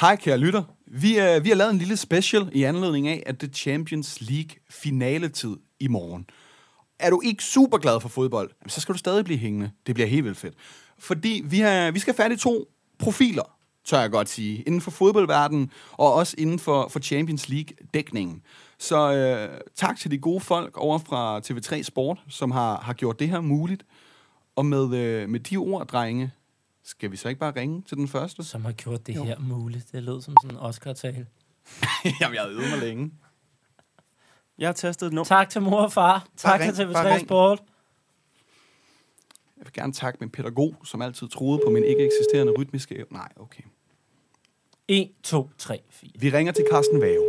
Hej kære lytter. Vi har lavet en lille special i anledning af, at det er Champions League finaletid i morgen. Er du ikke super glad for fodbold, så skal du stadig blive hængende. Det bliver helt vildt fedt. Fordi vi skal fat i 2 profiler, tør jeg godt sige, inden for fodboldverdenen, og også inden for Champions League-dækningen. Så tak til de gode folk over fra TV3 Sport, som har gjort det her muligt. Og med de ord, drenge, skal vi så ikke bare ringe til den første? Som har gjort det her muligt. Det lød som sådan en Oscar-tale. Jamen, jeg har øvet mig længe. Jeg har testet nu. Tak til mor og far. Tak til TV3 Sport. Jeg vil gerne takke min pædagog, som altid troede på min ikke eksisterende rytmiske... Nej, okay. 1, 2, 3, 4. Vi ringer til Carsten Vave.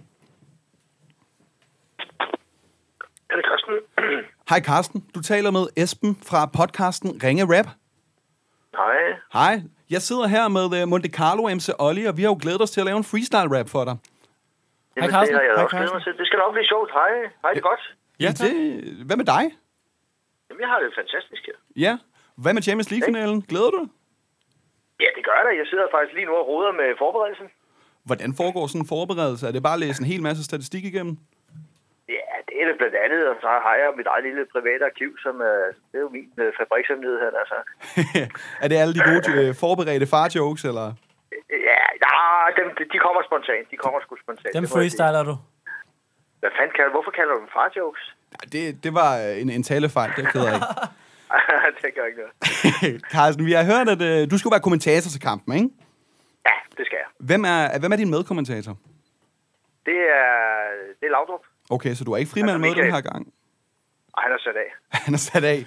Er det Carsten? Hej Carsten, du taler med Esben fra podcasten Ringe Rap. Hej. Hej, jeg sidder her med Monte Carlo MC Olli, og vi har jo glædet os til at lave en freestyle rap for dig. Jamen, Carsten. det har jeg Hej, også glædet mig Carsten. til. Det skal nok blive sjovt. Hej. Hej, det er godt. Ja, tak. Hvad med dig? Jamen, jeg har det fantastisk her. Ja, hvad med Champions League-finalen? Glæder du dig? Ja, det gør jeg. Jeg sidder faktisk lige nu og roder med forberedelsen. Hvordan foregår sådan en forberedelse? Er det bare at læse en hel masse statistik igennem? Ja, det er det blandt andet, og så har jeg mit eget lille private arkiv, som det er jo min fabrikshemmelighed her, altså. Er det alle de gode forberedte far-jokes, eller? Ja, de kommer spontant. De kommer sgu spontant. Dem freestyler du. Hvad fanden hvorfor kalder du dem farjokes? Det var en talefejl, det keder jeg ikke. Det gør ikke noget. Carsten, vi har hørt, at du skulle være kommentator til kampen, ikke? Ja, det skal jeg. Hvem er din medkommentator? Det er Laudrup. Okay, så du er ikke frimand med den her gang? Og han er sat af. Han er sat af.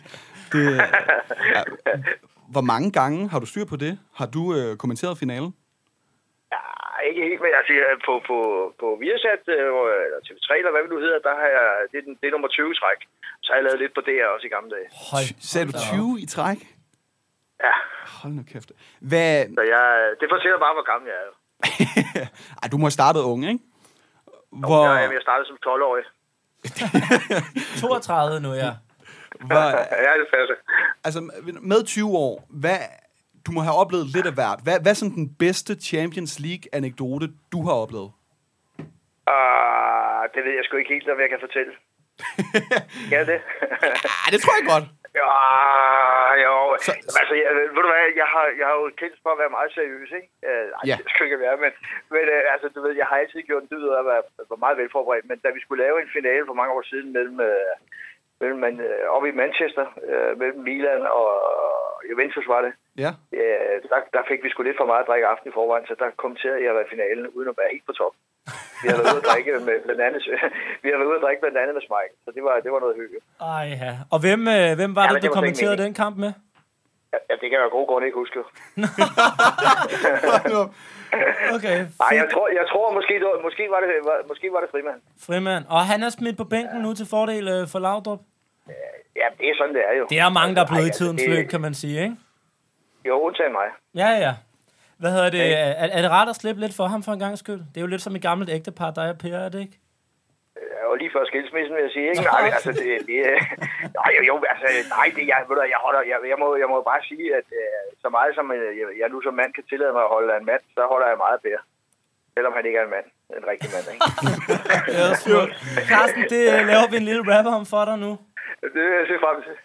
Hvor mange gange har du styr på det? Har du kommenteret finalen? Ja, ikke helt, men altså på Viasat, eller TV3, eller hvad det nu hedder, der har jeg, det er nummer 20 i træk. Så har jeg lavet lidt på det her også i gamle dage. Sagde du 20 i træk? Ja. Hold nu kæft. Så det fortæller bare, hvor gammel jeg er. Ej, du må have startet unge, ikke? Jeg startede som 12-årig. 32 nu, ja. Ja, det passer. Altså, med 20 år, du må have oplevet lidt af hvert. Hvad er sådan den bedste Champions League-anekdote, du har oplevet? Det ved jeg sgu ikke helt, hvad jeg kan fortælle. Kan jeg det? Ja, det tror jeg godt. Ja, jo. Altså, ved du hvad, jeg har jo kendt for at være meget seriøs, ikke? Ja. Det skal ikke være, men altså, du ved, jeg har altid gjort en dyd af at være meget velforberedt, men da vi skulle lave en finale for mange år siden mellem oppe i Manchester, mellem Milan og Juventus var det. Ja. Der fik vi sgu lidt for meget at drikke aften i forvejen, så der kommenterede jeg i finalen uden at være helt på top. Vi har været ude at drikke med blandt andet med Smike, så det var noget hygge. Ej, ja. Og hvem var det, du kommenterede den kamp med? Ja, det kan jeg af gode grunde ikke huske. Okay. Nej, jeg tror måske var det Frimand. Frimand. Og han er smidt på bænken nu til fordel for Laudrup? Ja, det er sådan, det er jo. Det er mange, der er blevet i tidens løb, kan man sige, ikke? Jo, undtagen mig. Ja. Hvad hedder det? Er det rart at slippe lidt for ham for en gang skyld? Det er jo lidt som et gammelt ægtepar, der er Per, er det ikke? Og lige før skilsmissen, vil jeg sige, ikke? Nej, altså, jeg må bare sige, at så meget som jeg nu som mand kan tillade mig at holde af en mand, så holder jeg meget af Per. Selvom han ikke er en mand. En rigtig mand, ikke? Ja, smukt. Carsten, det laver vi en lille rapper om for dig nu. Det vil jeg se frem til.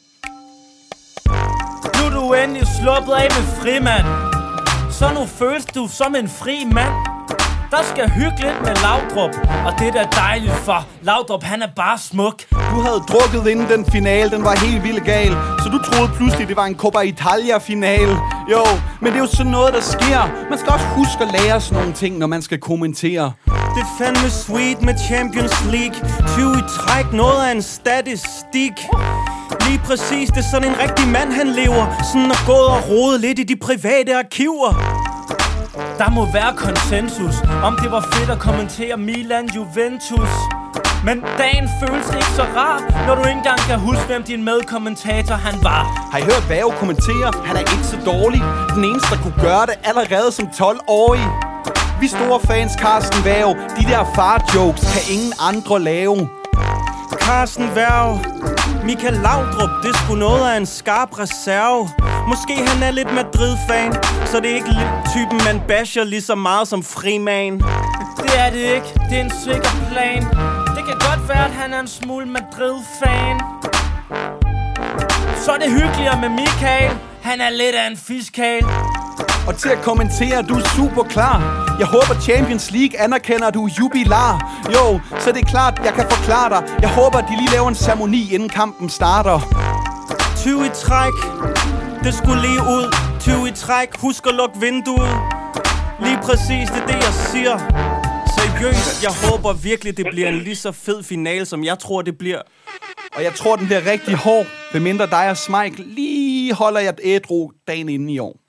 Nu er du endelig sluppet af med Frimand. Så nu føles du som en fri mand. Der skal hygge lidt med Laudrup. Og det er da dejligt, for Laudrup, han er bare smuk. Du havde drukket inden den finale, den var helt vildt gal. Så du troede pludselig, det var en Coppa Italia-finale. Jo, men det er jo sådan noget, der sker. Man skal også huske at lære sådan nogle ting, når man skal kommentere. Det er fandme sweet med Champions League. 20 i træk, noget af en statistik. Lige præcis, det er sådan en rigtig mand, han lever. Sådan at gå og rode lidt i de private arkiver. Der må være konsensus om det var fedt at kommentere Milan Juventus. Men dagen føles ikke så rar, når du ikke engang kan huske, hvem din medkommentator han var. Har I hørt Vave kommentere? Han er ikke så dårlig. Den eneste, der kunne gøre det allerede som 12-årig. Vi store fans, Carsten Vave. De der far-jokes kan ingen andre lave. Carsten Vave, Michael Laudrup, det er sgu noget af en skarp reserve. Måske han er lidt Madrid-fan, så det er ikke typen, man basher lige så meget som Freeman. Det er det ikke, det er en sikker plan. Det kan godt være, at han er en smule Madrid-fan. Så er det hyggeligere med Michael. Han er lidt af en fiskal. Og til at kommentere, du er super klar. Jeg håber Champions League anerkender, at du er jubilar. Jo, så det er klart, jeg kan forklare dig. Jeg håber, de lige laver en ceremoni, inden kampen starter. 20 i træk, det skulle lige ud. 20 i træk, husk at lukke vinduet. Lige præcis, det er det, jeg siger. Seriøst, jeg håber virkelig, det bliver en lige så fed finale, som jeg tror, det bliver. Og jeg tror, den bliver rigtig hård, medmindre dig og Smike lige holder jeg et ædru dagen inden i år.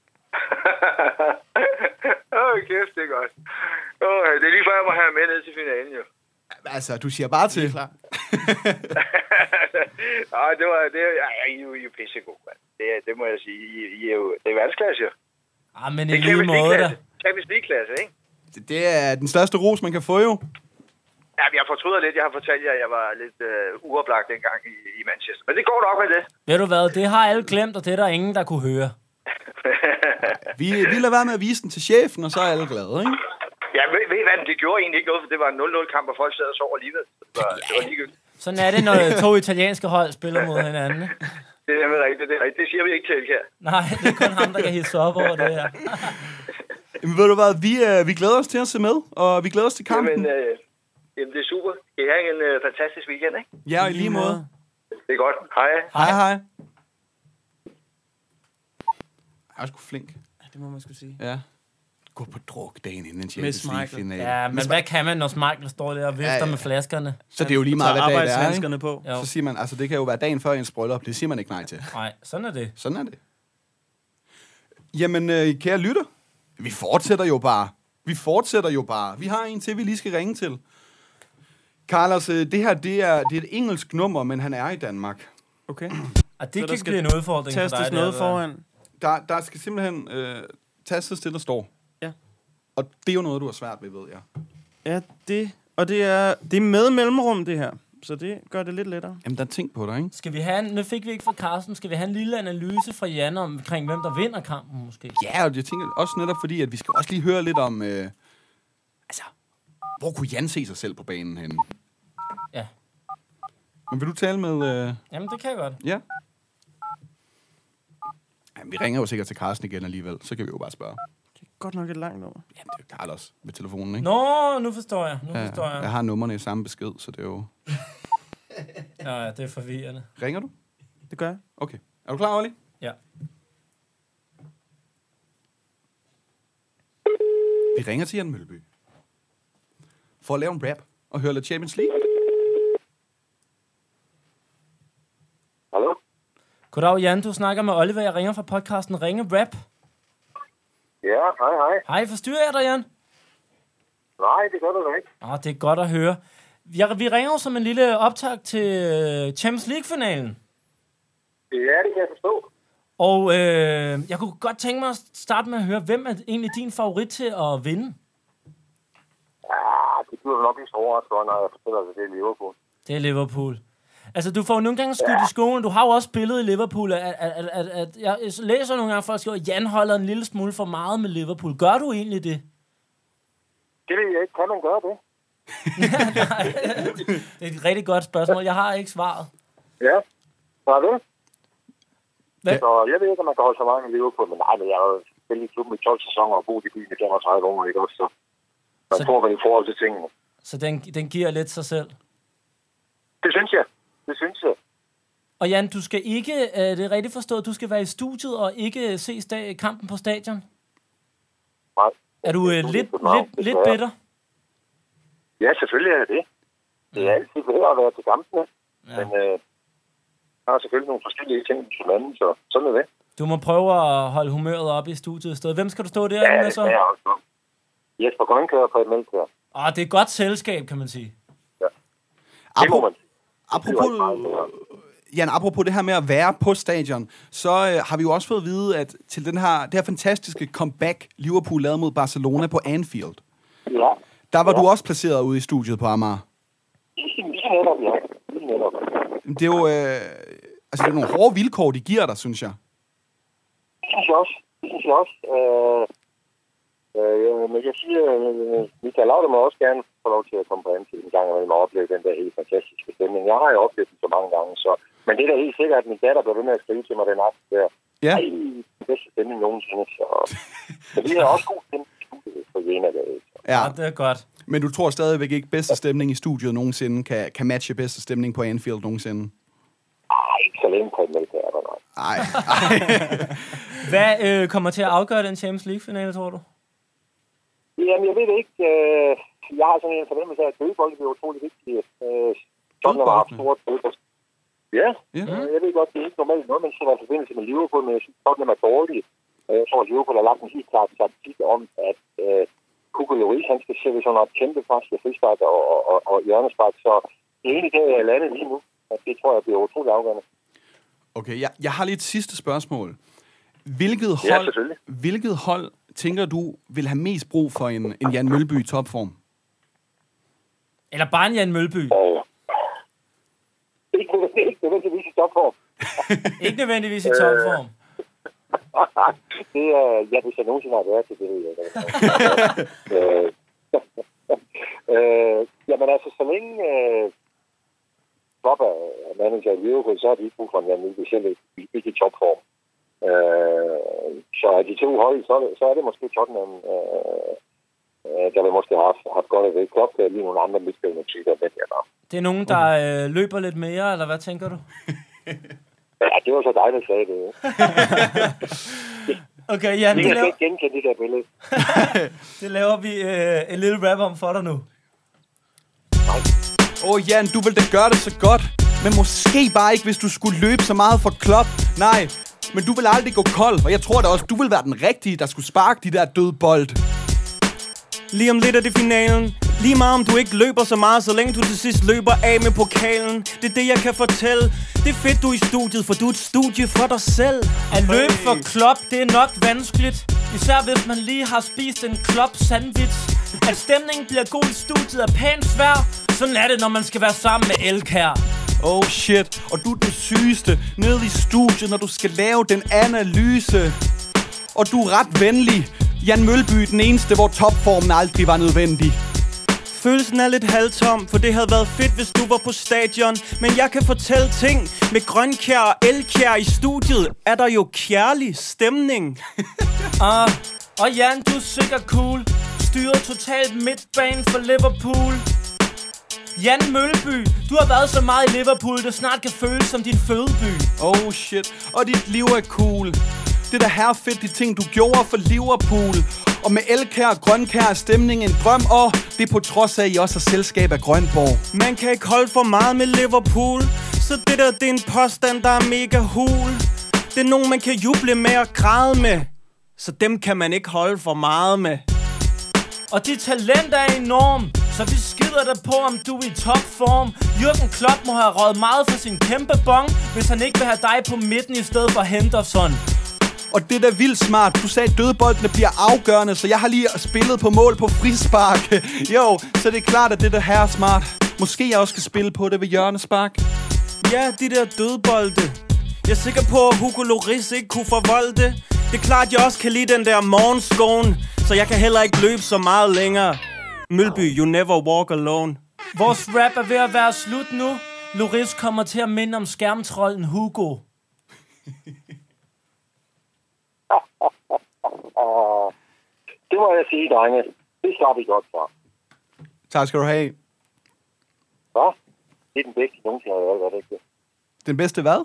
Kæft, det er godt. Det er lige før, jeg må have med ned til finalen, jo. Altså, du siger bare til. Klar. Nej, det I er jo pissegod, mand. Det må jeg sige. I er jo, det er verdensklasse, jo. Men i lige måde da. Champions League-klasse, ikke? Det er den største ros, man kan få, jo. Ja, jeg fortryder lidt. Jeg har fortalt jer, at jeg var lidt uoplagt dengang i Manchester. Men det går nok med det. Ved du hvad, det har alle glemt, og det er der ingen, der kunne høre. Vi lader være med at vise den til chefen, og så er alle glade, ikke? Ja, ved I hvad, det gjorde egentlig ikke noget, for det var en 0-0-kamp, og folk sad og sov alligevel. Det var ligegyldigt. Sådan er det, når to italienske hold spiller mod hinanden. Det er nemlig rigtigt, det siger vi ikke til her. Nej, det er kun ham, der kan hisse op over det her. Men ved du hvad, vi glæder os til at se med, og vi glæder os til kampen. Jamen det er super. I har en fantastisk weekend, ikke? Ja, i lige måde. Det er godt. Hej. Hej. Jeg er sgu flink. Ja, det må man sgu sige. Ja. Gå på druk dagen inden en Champions League-finale. Ja, men hvad kan man, når Michael står der og vifter med flaskerne? Så det er jo lige meget, hvad dag det er, ikke? På. Så siger man, altså det kan jo være dagen før ens bryllup. Det siger man ikke nej til. Nej, sådan er det. Sådan er det. Jamen, kære lytter, vi fortsætter jo bare. Vi har en til, vi lige skal ringe til. Carlos, det her, det er et engelsk nummer, men han er i Danmark. Okay. Og det kan blive en udfordring for dig. Tastes noget foran. Der skal simpelthen tastes det, der står. Ja. Og det er jo noget, du har svært ved, ved jeg. Ja, det er med mellemrum, det her. Så det gør det lidt lettere. Jamen, der er ting på dig, ikke? Skal vi have nu fik vi ikke fra Carsten, skal vi have en lille analyse fra Jan omkring, hvem der vinder kampen, måske? Ja, og jeg tænker også netop fordi, at vi skal også lige høre lidt om, hvor kunne Jan se sig selv på banen henne? Ja. Men vil du tale med... Jamen, det kan jeg godt. Ja. Jamen, vi ringer jo sikkert til Carsten igen alligevel, så kan vi jo bare spørge. Det er godt nok et langt nummer. Jamen, det er jo Carlos med telefonen, ikke? Nå, nu forstår jeg. Jeg har nummerne i samme besked, så det er jo... Ja, det er forvirrende. Ringer du? Det gør jeg. Okay. Er du klar, Olli? Ja. Vi ringer til Jan Mølby. For at lave en rap og høre lidt Champions League. Hallo? Goddag, Jan. Du snakker med Oliver. Jeg ringer fra podcasten Ringe Rap. Ja, hej. Hej, forstyrrer jeg dig, Jan? Nej, det gør du da ikke. Det er godt at høre. Vi ringer jo som en lille optag til Champions League-finalen. Ja, det kan jeg forstå. Og jeg kunne godt tænke mig at starte med at høre, hvem er egentlig din favorit til at vinde? Ja, det bliver nok ikke så overrasket, når jeg fortæller, at det er Liverpool. Det er Liverpool. Altså, du får jo nogle gange skudt i skolen. Du har jo også spillet i Liverpool. Jeg læser nogle gange, folk skriver, at Jan holder en lille smule for meget med Liverpool. Gør du egentlig det? Det ved jeg ikke. Kan man gøre det? Nej, det er et rigtig godt spørgsmål. Jeg har ikke svaret. Ja, så er det. Hvad? Så jeg ved ikke, om man kan holde så mange i Liverpool, men nej, men jeg har jo spillet i klubben i 12 sæsoner og boet i byen i 35 år, ikke også? Så man tror vel i forhold til tingene. Så den giver lidt sig selv? Det synes jeg. Og Jan, du skal ikke, det er rigtigt forstået, du skal være i studiet og ikke se kampen på stadion? Nej. Er du lidt bitter? Ja, selvfølgelig er det. Det er altid værd at være til kampene. Ja. Men der er selvfølgelig nogle forskellige ting som anden, så sådan er det. Du må prøve at holde humøret op i studiet i stedet. Hvem skal du stå derinde med så? Ja, det er også. Jesper Grønkær og Fred Melkær. Det er et godt selskab, kan man sige. Ja. Det må man. Apropos det her med at være på stadion, så har vi jo også fået at vide, at til det her fantastiske comeback, Liverpool lavede mod Barcelona på Anfield. Ja. Der var du også placeret ude i studiet på Amager. Det er jo det er nogle hårde vilkår, de giver dig, synes jeg. Det synes jeg også. Men jeg siger, Michael Laudrup må også gerne få lov til at komme på Anfield en gang, og man må opleve den der helt fantastiske stemning. Jeg har jo oplevet den så mange gange, så... Men det er da helt sikkert, at min datter blev ved med at skrive til mig den aften der. Ja. Ej, den bedste stemning nogensinde, så vi har også god stemning i studiet på Jena der. Ja, det er godt. Men du tror stadigvæk ikke, bedste stemning i studiet nogensinde kan matche bedste stemning på Anfield nogensinde? Ikke så længe på et mælkeærter, nej. Nej. Hvad kommer til at afgøre den Champions League-finale, tror du? Jamen, jeg ved det ikke. Jeg har sådan en fornemmelse af, at dødbold bliver utrolig vigtigt. Sådan har haft stort dødbold. Ja, jeg ved godt, det er ikke normalt noget, man ser i forbindelse med Liverpool, men jeg synes, Tottenham er dårlige. Jeg tror, at Liverpool har lagt en helt klart taktik om, at Hugo Lloris, han skal sætte sådan et kæmpe pres ved frispark og hjørnespark, så det er egentlig det, jeg er landet lige nu. Og det tror jeg bliver utrolig afgørende. Okay, jeg har lige et sidste spørgsmål. Hvilket hold tænker du vil have mest brug for en Jan Mølby i topform? Eller bare en Jan Mølby? Ikke nødvendigvis i topform. Ikke nødvendigvis i topform. Det er, hvis jeg nogensinde har været til det, ved jeg. Jamen altså, så længe Klopp er manager i Liverpool, så har de ikke brug for en Jan Mølby, selv ikke i topform. Så af de to hold, så er det måske Tottenham, der vil måske have haft godt af det. Klopp er lige nogle andre midtspillende typer. Det er nogen, der løber lidt mere, eller hvad tænker du? Ja, det var så dig, der sagde det. Okay, Jan, det kan ikke genkende det der billede. Det laver vi en lille rap om for dig nu. Jan, du vil da gøre det så godt, men måske bare ikke, hvis du skulle løbe så meget for Klopp. Nej, men du vil aldrig gå kold, og jeg tror da også, du vil være den rigtige, der skulle sparke de der døde bold. Lige om lidt er det finalen. Lige meget om du ikke løber så meget, så længe du til sidst løber af med pokalen. Det er det, jeg kan fortælle. Det er fedt, du er i studiet, for du er et studie for dig selv. At løbe for Klopp, det er nok vanskeligt. Især hvis man lige har spist en Klopp sandwich. At stemningen bliver god i studiet er pænt svær. Sådan er det, når man skal være sammen med Elkær. Oh shit, og du er den sygeste nede i studiet, når du skal lave den analyse. Og du er ret venlig. Jan Mølby den eneste, hvor topformen aldrig var nødvendig. Følelsen er lidt halvtom, for det havde været fedt, hvis du var på stadion. Men jeg kan fortælle ting. Med Grønkjær og Elkjær i studiet er der jo kærlig stemning. Og Jan, du er sikkert cool. Styret totalt midtbane for Liverpool. Jan Mølby, du har været så meget i Liverpool, det snart kan føles som din fødeby. Oh shit, og dit liv er cool. Det er da herrefedt, de ting du gjorde for Liverpool. Og med Elkær og Grønkær er stemningen en drøm. Og det er på trods af, at I også har selskab af Grønborg. Man kan ikke holde for meget med Liverpool, så det der, det er en påstand, der er mega hul. Det er nogen, man kan juble med og græde med, så dem kan man ikke holde for meget med. Og dit talent er enorm, så vi skider dig på, om du er i topform. Jürgen Klopp må have røget meget for sin kæmpe bong, hvis han ikke vil have dig på midten i stedet for Henderson. Og det er da vildt smart. Du sagde, at dødboldene bliver afgørende, så jeg har lige spillet på mål på frispark. Jo, så det er klart, at det der her er smart. Måske jeg også skal spille på det ved hjørnespark. Ja, de der dødbolde. Jeg er sikker på, at Hugo Lloris ikke kunne forvolde det. Det er klart, jeg også kan lide den der morgenskoven, så jeg kan heller ikke løbe så meget længere. Mølby, you never walk alone. Vores rap er ved at være slut nu. Lloris kommer til at minde om skærmtrolden Hugo. Det må jeg sige, drenge. Det slår vi godt for. Tak skal du have. Hvad? Det er den bedste, nogensinde har lavet, er det ikke det? Den bedste hvad?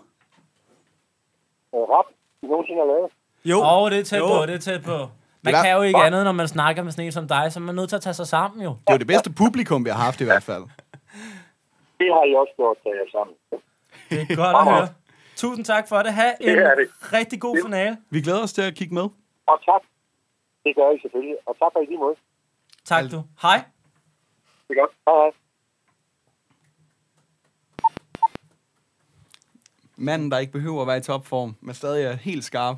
Rap, nogensinde har lavet. Jo, det er tæt på, det er tæt på. Man kan jo ikke andet, når man snakker med sådan en som dig, så man er nødt til at tage sig sammen, jo. Det er jo det bedste publikum, vi har haft i hvert fald. Det har I også gjort tage jer sammen. Det er godt at høre. Tusind tak for det. Ha' en rigtig god finale. Vi glæder os til at kigge med. Og tak. Det gør I selvfølgelig. Og tak for i lige måde. Tak du. Hej. Det er godt. Hej hej. Manden, der ikke behøver at være i topform, men stadig er helt skarp.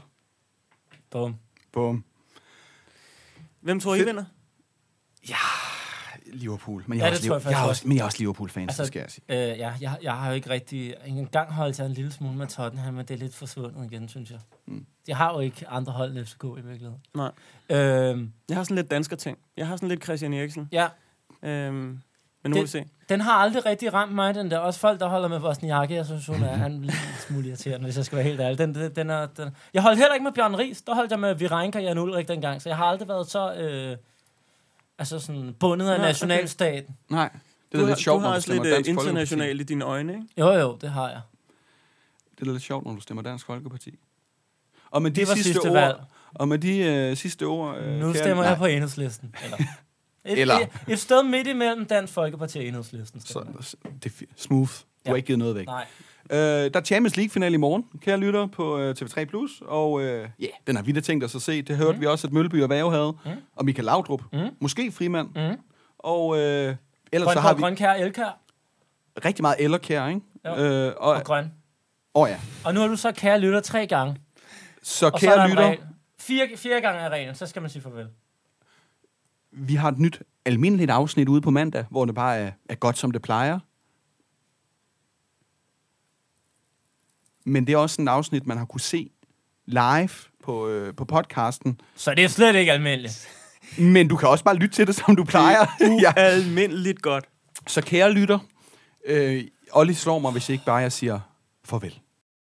Bum. Bum. Hvem tror I vinder? Ja, Liverpool. Men Ja, jeg, det tror jeg faktisk jeg er også Liverpool-fan, altså, skal jeg sige. Jeg har jo ikke rigtig... Engang holdt jeg en lille smule med Tottenham, men det er lidt forsvundet igen, synes jeg. Jeg har jo ikke andre hold end FCK i virkeligheden. Nej. Jeg har sådan lidt dansker ting. Jeg har sådan lidt Christian Eriksen. Ja. Men nu vil vi se. Den har aldrig rigtig ramt mig, den der. Også folk, der holder med Wozniacki, jeg synes, hun er en lille smule irriterende, hvis jeg skal være helt ærlig. Den er. Jeg holdt heller ikke med Bjørn Riis. Der holdt jeg med Virenka og Jan Ulrik dengang, så jeg har aldrig været så sådan bundet af nationalstaten. Nej, det er lidt sjovt, når du stemmer Dansk Folkeparti. Du har også lidt internationalt i dine øjne, ikke? Jo, det har jeg. Det er lidt sjovt, når du stemmer Dansk Folkeparti. Og med de sidste ord, og med de sidste ord... nu stemmer jeg på Enhedslisten. Et sted midt imellem Dansk Folkeparti og Enhedslisten. Så, det er smooth. Du har ikke givet noget væk. Nej. Der er Champions League-finale i morgen, kære lytter, på TV3+. Og den har vi da tænkt os at se. Det hørte vi også, at Mølby og Vave havde. Og Michael Laudrup. Måske Frimand. Og ellers så har vi... Grønkær, Elkær. Rigtig meget Ellerkær, ikke? Og grøn. Ja. Og nu har du så kære lytter 3 gange. Så kære lytter... 4 gange er reglen, så skal man sige farvel. Vi har et nyt almindeligt afsnit ude på mandag, hvor det bare er godt, som det plejer. Men det er også en afsnit, man har kunne se live på podcasten. Så det er slet ikke almindeligt. Men du kan også bare lytte til det, som du plejer. Almindeligt godt. Så kære lytter, Olli slår mig, hvis ikke bare jeg siger farvel.